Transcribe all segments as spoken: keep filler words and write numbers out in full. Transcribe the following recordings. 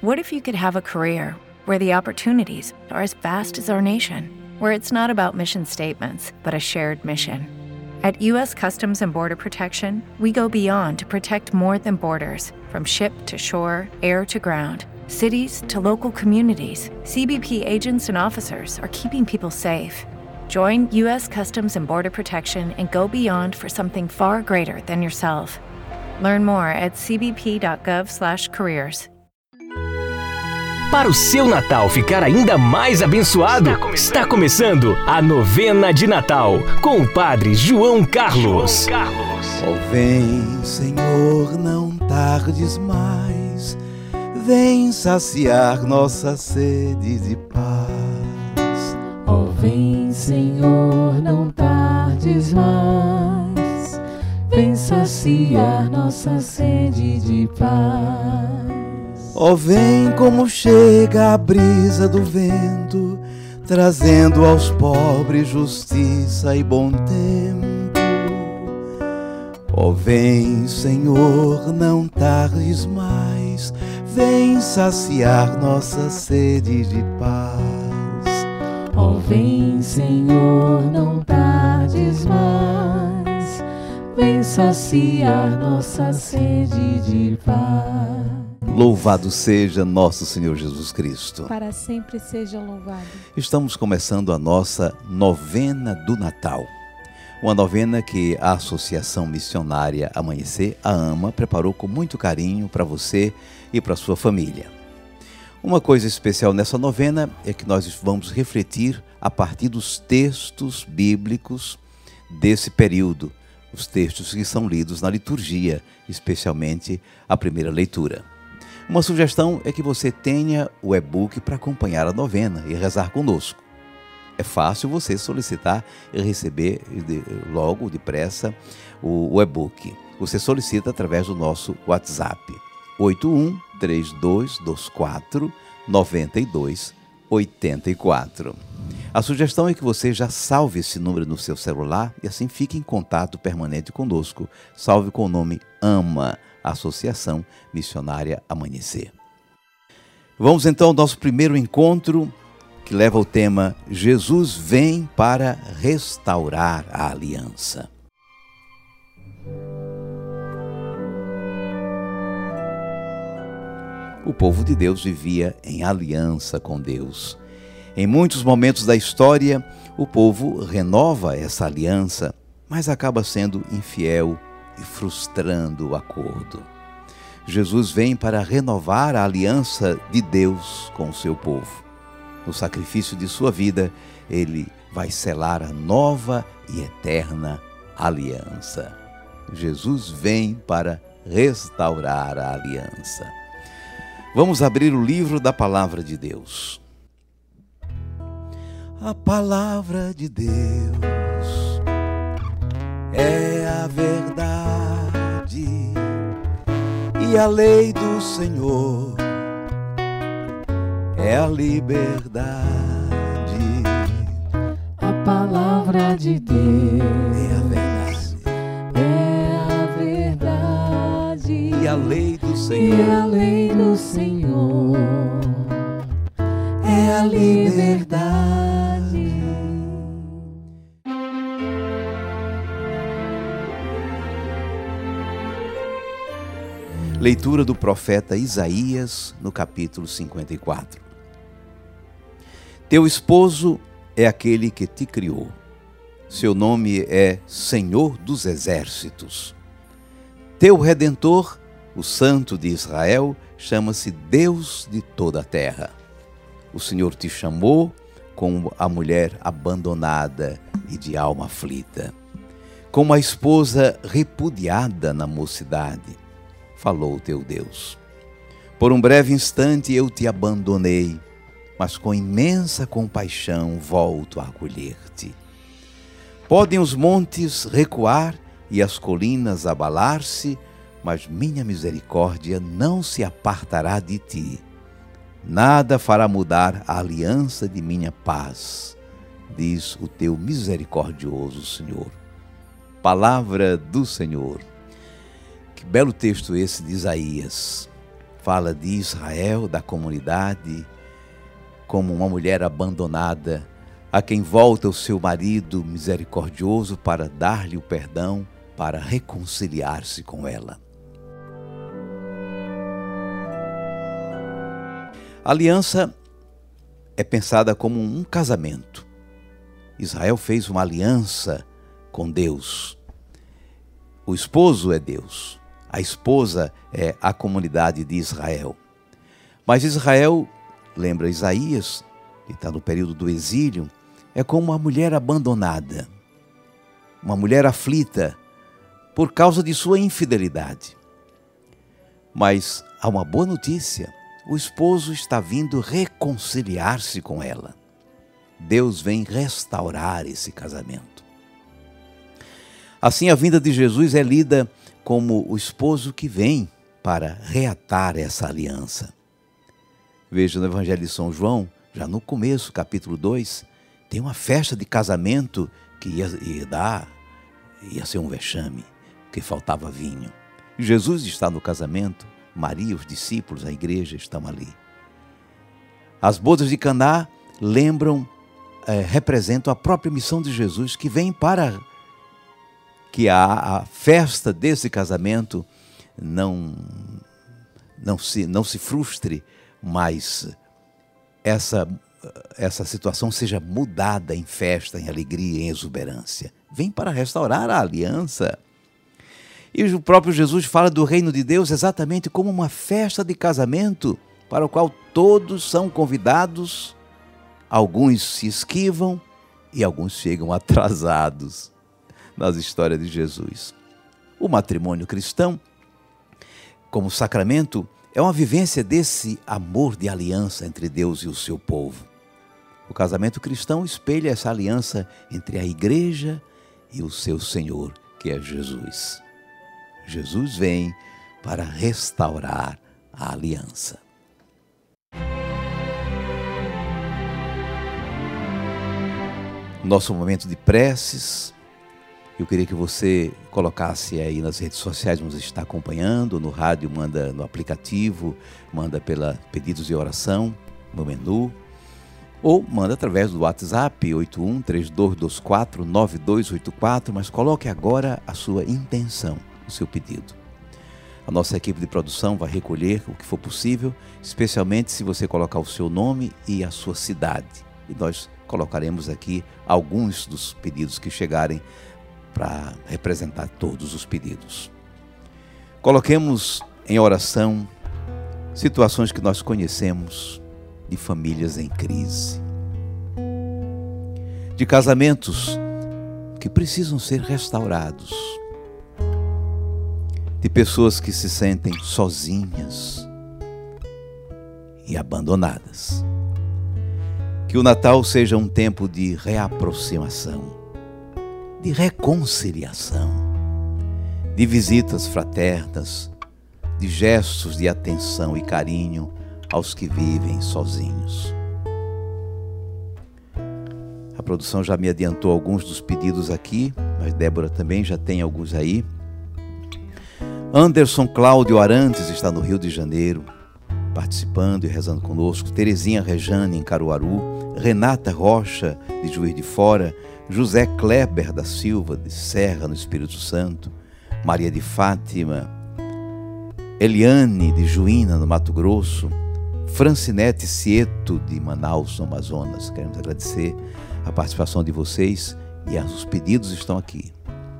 What if you could have a career where the opportunities are as vast as our nation, where it's not about mission statements, but a shared mission? At U S Customs and Border Protection, we go beyond to protect more than borders. From ship to shore, air to ground, cities to local communities, C B P agents and officers are keeping people safe. Join U S Customs and Border Protection and go beyond for something far greater than yourself. Learn more at c b p dot gov slash careers. Para o seu Natal ficar ainda mais abençoado, está começando, está começando a Novena de Natal com o Padre João Carlos. João Carlos. Oh, vem, Senhor, não tardes mais, vem saciar nossa sede de paz. Oh, vem, Senhor, não tardes mais, vem saciar nossa sede de paz. Ó, vem como chega a brisa do vento, trazendo aos pobres justiça e bom tempo. Ó, vem, Senhor, não tardes mais, vem saciar nossa sede de paz. Ó, vem, Senhor, não tardes mais, vem saciar nossa sede de paz. Louvado seja nosso Senhor Jesus Cristo. Para sempre seja louvado. Estamos começando a nossa Novena do Natal. Uma novena que a Associação Missionária Amanhecer, a AMA, preparou com muito carinho para você e para sua família. Uma coisa especial nessa novena é que nós vamos refletir a partir dos textos bíblicos desse período, os textos que são lidos na liturgia, especialmente a primeira leitura. Uma sugestão é que você tenha o e-book para acompanhar a novena e rezar conosco. É fácil você solicitar e receber de, logo, depressa, o, o e-book. Você solicita através do nosso WhatsApp, oito um três dois dois quatro nove dois oito quatro. A sugestão é que você já salve esse número no seu celular e assim fique em contato permanente conosco. Salve com o nome AMA, Associação Missionária Amanhecer. Vamos então ao nosso primeiro encontro, que leva o tema Jesus vem para restaurar a aliança. O povo de Deus vivia em aliança com Deus. Em muitos momentos da história, o povo renova essa aliança, mas acaba sendo infiel e frustrando o acordo. Jesus vem para renovar a aliança de Deus com o seu povo. No sacrifício de sua vida, ele vai selar a nova e eterna aliança. Jesus vem para restaurar a aliança. Vamos abrir o livro da Palavra de Deus. A Palavra de Deus é a verdade e a lei do Senhor é a liberdade. A palavra de Deus é a verdade, é a verdade e a lei do e Senhor a lei do Senhor é a liberdade. Leitura do profeta Isaías, no capítulo cinquenta e quatro. Teu esposo é aquele que te criou. Seu nome é Senhor dos Exércitos. Teu Redentor, o Santo de Israel, chama-se Deus de toda a terra. O Senhor te chamou como a mulher abandonada e de alma aflita, como a esposa repudiada na mocidade. Falou teu Deus. Por um breve instante eu te abandonei, mas com imensa compaixão volto a acolher-te. Podem os montes recuar e as colinas abalar-se, mas minha misericórdia não se apartará de ti. Nada fará mudar a aliança de minha paz, diz o teu misericordioso Senhor. Palavra do Senhor. Que belo texto esse de Isaías. fala de Israel, da comunidade, como uma mulher abandonada, a quem volta o seu marido misericordioso para dar-lhe o perdão, para reconciliar-se com ela. A aliança é pensada como um casamento. Israel fez uma aliança com Deus. O esposo é Deus, a esposa é a comunidade de Israel. Mas Israel, lembra Isaías, que está no período do exílio, é como uma mulher abandonada, uma mulher aflita por causa de sua infidelidade. Mas há uma boa notícia, o esposo está vindo reconciliar-se com ela. Deus vem restaurar esse casamento. Assim, a vinda de Jesus é lida como o esposo que vem para reatar essa aliança. Veja no Evangelho de São João, já no começo, capítulo dois, tem uma festa de casamento que ia, ia dar, ia ser um vexame, porque faltava vinho. Jesus está no casamento, Maria, os discípulos, a igreja estão ali. As bodas de Caná lembram, é, representam a própria missão de Jesus, que vem para que a, a festa desse casamento não, não, se, não se frustre, mas essa, essa situação seja mudada em festa, em alegria, em exuberância. Vem para restaurar a aliança. E o próprio Jesus fala do reino de Deus exatamente como uma festa de casamento para o qual todos são convidados, alguns se esquivam e alguns chegam atrasados nas histórias de Jesus. O matrimônio cristão, como sacramento, é uma vivência desse amor de aliança entre Deus e o seu povo. O casamento cristão espelha essa aliança entre a igreja e o seu Senhor, que é Jesus. Jesus vem para restaurar a aliança. Nosso momento de preces, eu queria que você colocasse aí nas redes sociais, vamos estar acompanhando, no rádio, manda no aplicativo, manda pela pedidos de oração, no menu, ou manda através do WhatsApp oito um três dois dois quatro nove dois oito quatro, mas coloque agora a sua intenção, o seu pedido. A nossa equipe de produção vai recolher o que for possível, especialmente se você colocar o seu nome e a sua cidade. E nós colocaremos aqui alguns dos pedidos que chegarem para representar todos os pedidos. Coloquemos em oração situações que nós conhecemos de famílias em crise, de casamentos que precisam ser restaurados, de pessoas que se sentem sozinhas e abandonadas. Que o Natal seja um tempo de reaproximação, de reconciliação, de visitas fraternas, de gestos de atenção e carinho aos que vivem sozinhos. A produção já me adiantou alguns dos pedidos aqui, mas Débora também já tem alguns aí. Anderson Cláudio Arantes está no Rio de Janeiro, participando e rezando conosco. Terezinha Rejane, em Caruaru. Renata Rocha, de Juiz de Fora. José Kleber da Silva, de Serra, no Espírito Santo. Maria de Fátima. Eliane, de Juína, no Mato Grosso. Francinete Cieto, de Manaus, no Amazonas. Queremos agradecer a participação de vocês e os pedidos estão aqui.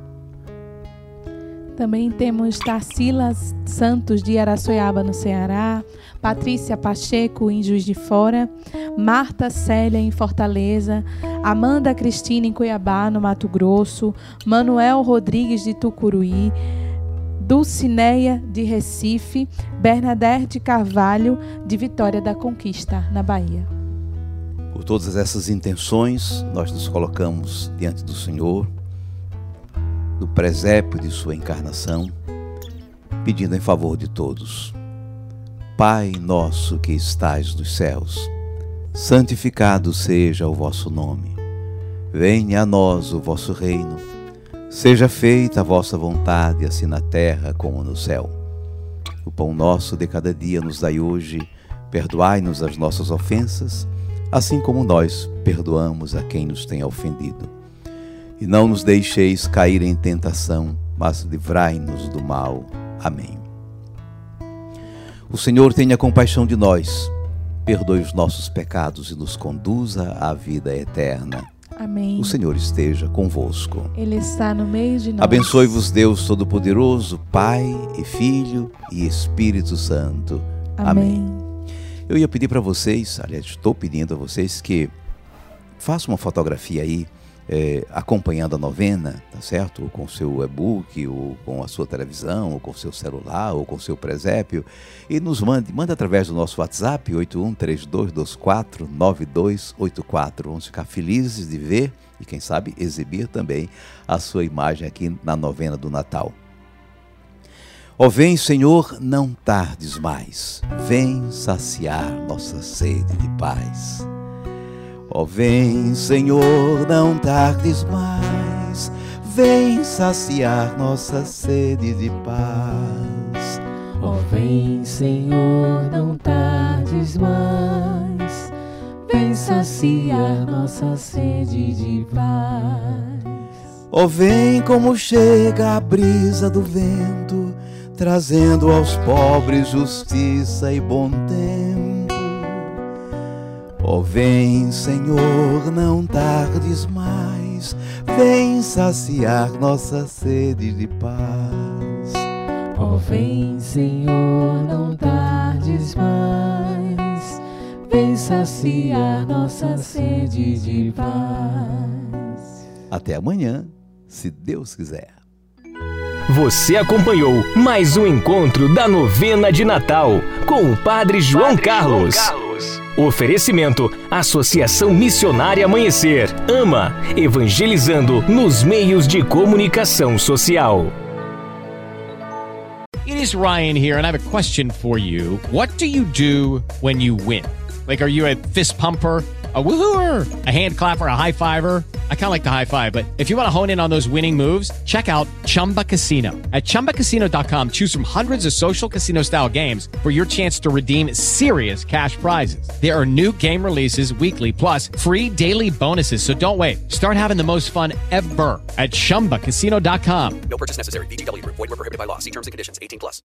Também temos Tarsila Santos, de Araçoiaba, no Ceará. Patrícia Pacheco, em Juiz de Fora. Marta Célia, em Fortaleza. Amanda Cristina, em Cuiabá, no Mato Grosso. Manuel Rodrigues, de Tucuruí. Dulcineia, de Recife. Bernadette Carvalho, de Vitória da Conquista, na Bahia. Por todas essas intenções, nós nos colocamos diante do Senhor, do presépio de sua encarnação, pedindo em favor de todos. Pai nosso que estais nos céus, santificado seja o vosso nome. Venha a nós o vosso reino. Seja feita a vossa vontade, assim na terra como no céu. O pão nosso de cada dia nos dai hoje, perdoai-nos as nossas ofensas, assim como nós perdoamos a quem nos tem ofendido. E não nos deixeis cair em tentação, mas livrai-nos do mal. Amém. O Senhor tenha compaixão de nós, perdoe os nossos pecados e nos conduza à vida eterna. Amém. O Senhor esteja convosco. Ele está no meio de nós. Abençoe-vos Deus Todo-Poderoso, Pai e Filho e Espírito Santo. Amém. Amém. Eu ia pedir para vocês, aliás, estou pedindo a vocês que façam uma fotografia aí, é, acompanhando a novena, tá certo? Ou com o seu e-book, ou com a sua televisão, ou com o seu celular, ou com o seu presépio, e nos mande, manda através do nosso WhatsApp, oito um três dois dois quatro nove dois oito quatro. Vamos ficar felizes de ver e, quem sabe, exibir também a sua imagem aqui na novena do Natal. Ó, vem, Senhor, não tardes mais, vem saciar nossa sede de paz. Ó, vem, Senhor, não tardes mais, vem saciar nossa sede de paz. Ó, vem, Senhor, não tardes mais, vem saciar nossa sede de paz. Ó, vem como chega a brisa do vento, trazendo aos pobres justiça e bom tempo. Ó, vem, Senhor, não tardes mais, vem saciar nossa sede de paz. Ó, vem, Senhor, não tardes mais, vem saciar nossa sede de paz. Até amanhã, se Deus quiser. Você acompanhou mais um encontro da novena de Natal com o Padre João Padre Carlos. João Carlos. Oferecimento: Associação Missionária Amanhecer. Ama, evangelizando nos meios de comunicação social. It is Ryan here, and I have a question for you. What do you do when you win? Like, are you a fist pumper, a woohooer, a hand clapper, a high fiver? I kind of like the high five, but if you want to hone in on those winning moves, check out Chumba Casino. At chumba casino dot com, choose from hundreds of social casino style games for your chance to redeem serious cash prizes. There are new game releases weekly, plus free daily bonuses. So don't wait. Start having the most fun ever at chumba casino dot com. No purchase necessary. V G W Group. Void where prohibited by law. See terms and conditions. eighteen plus.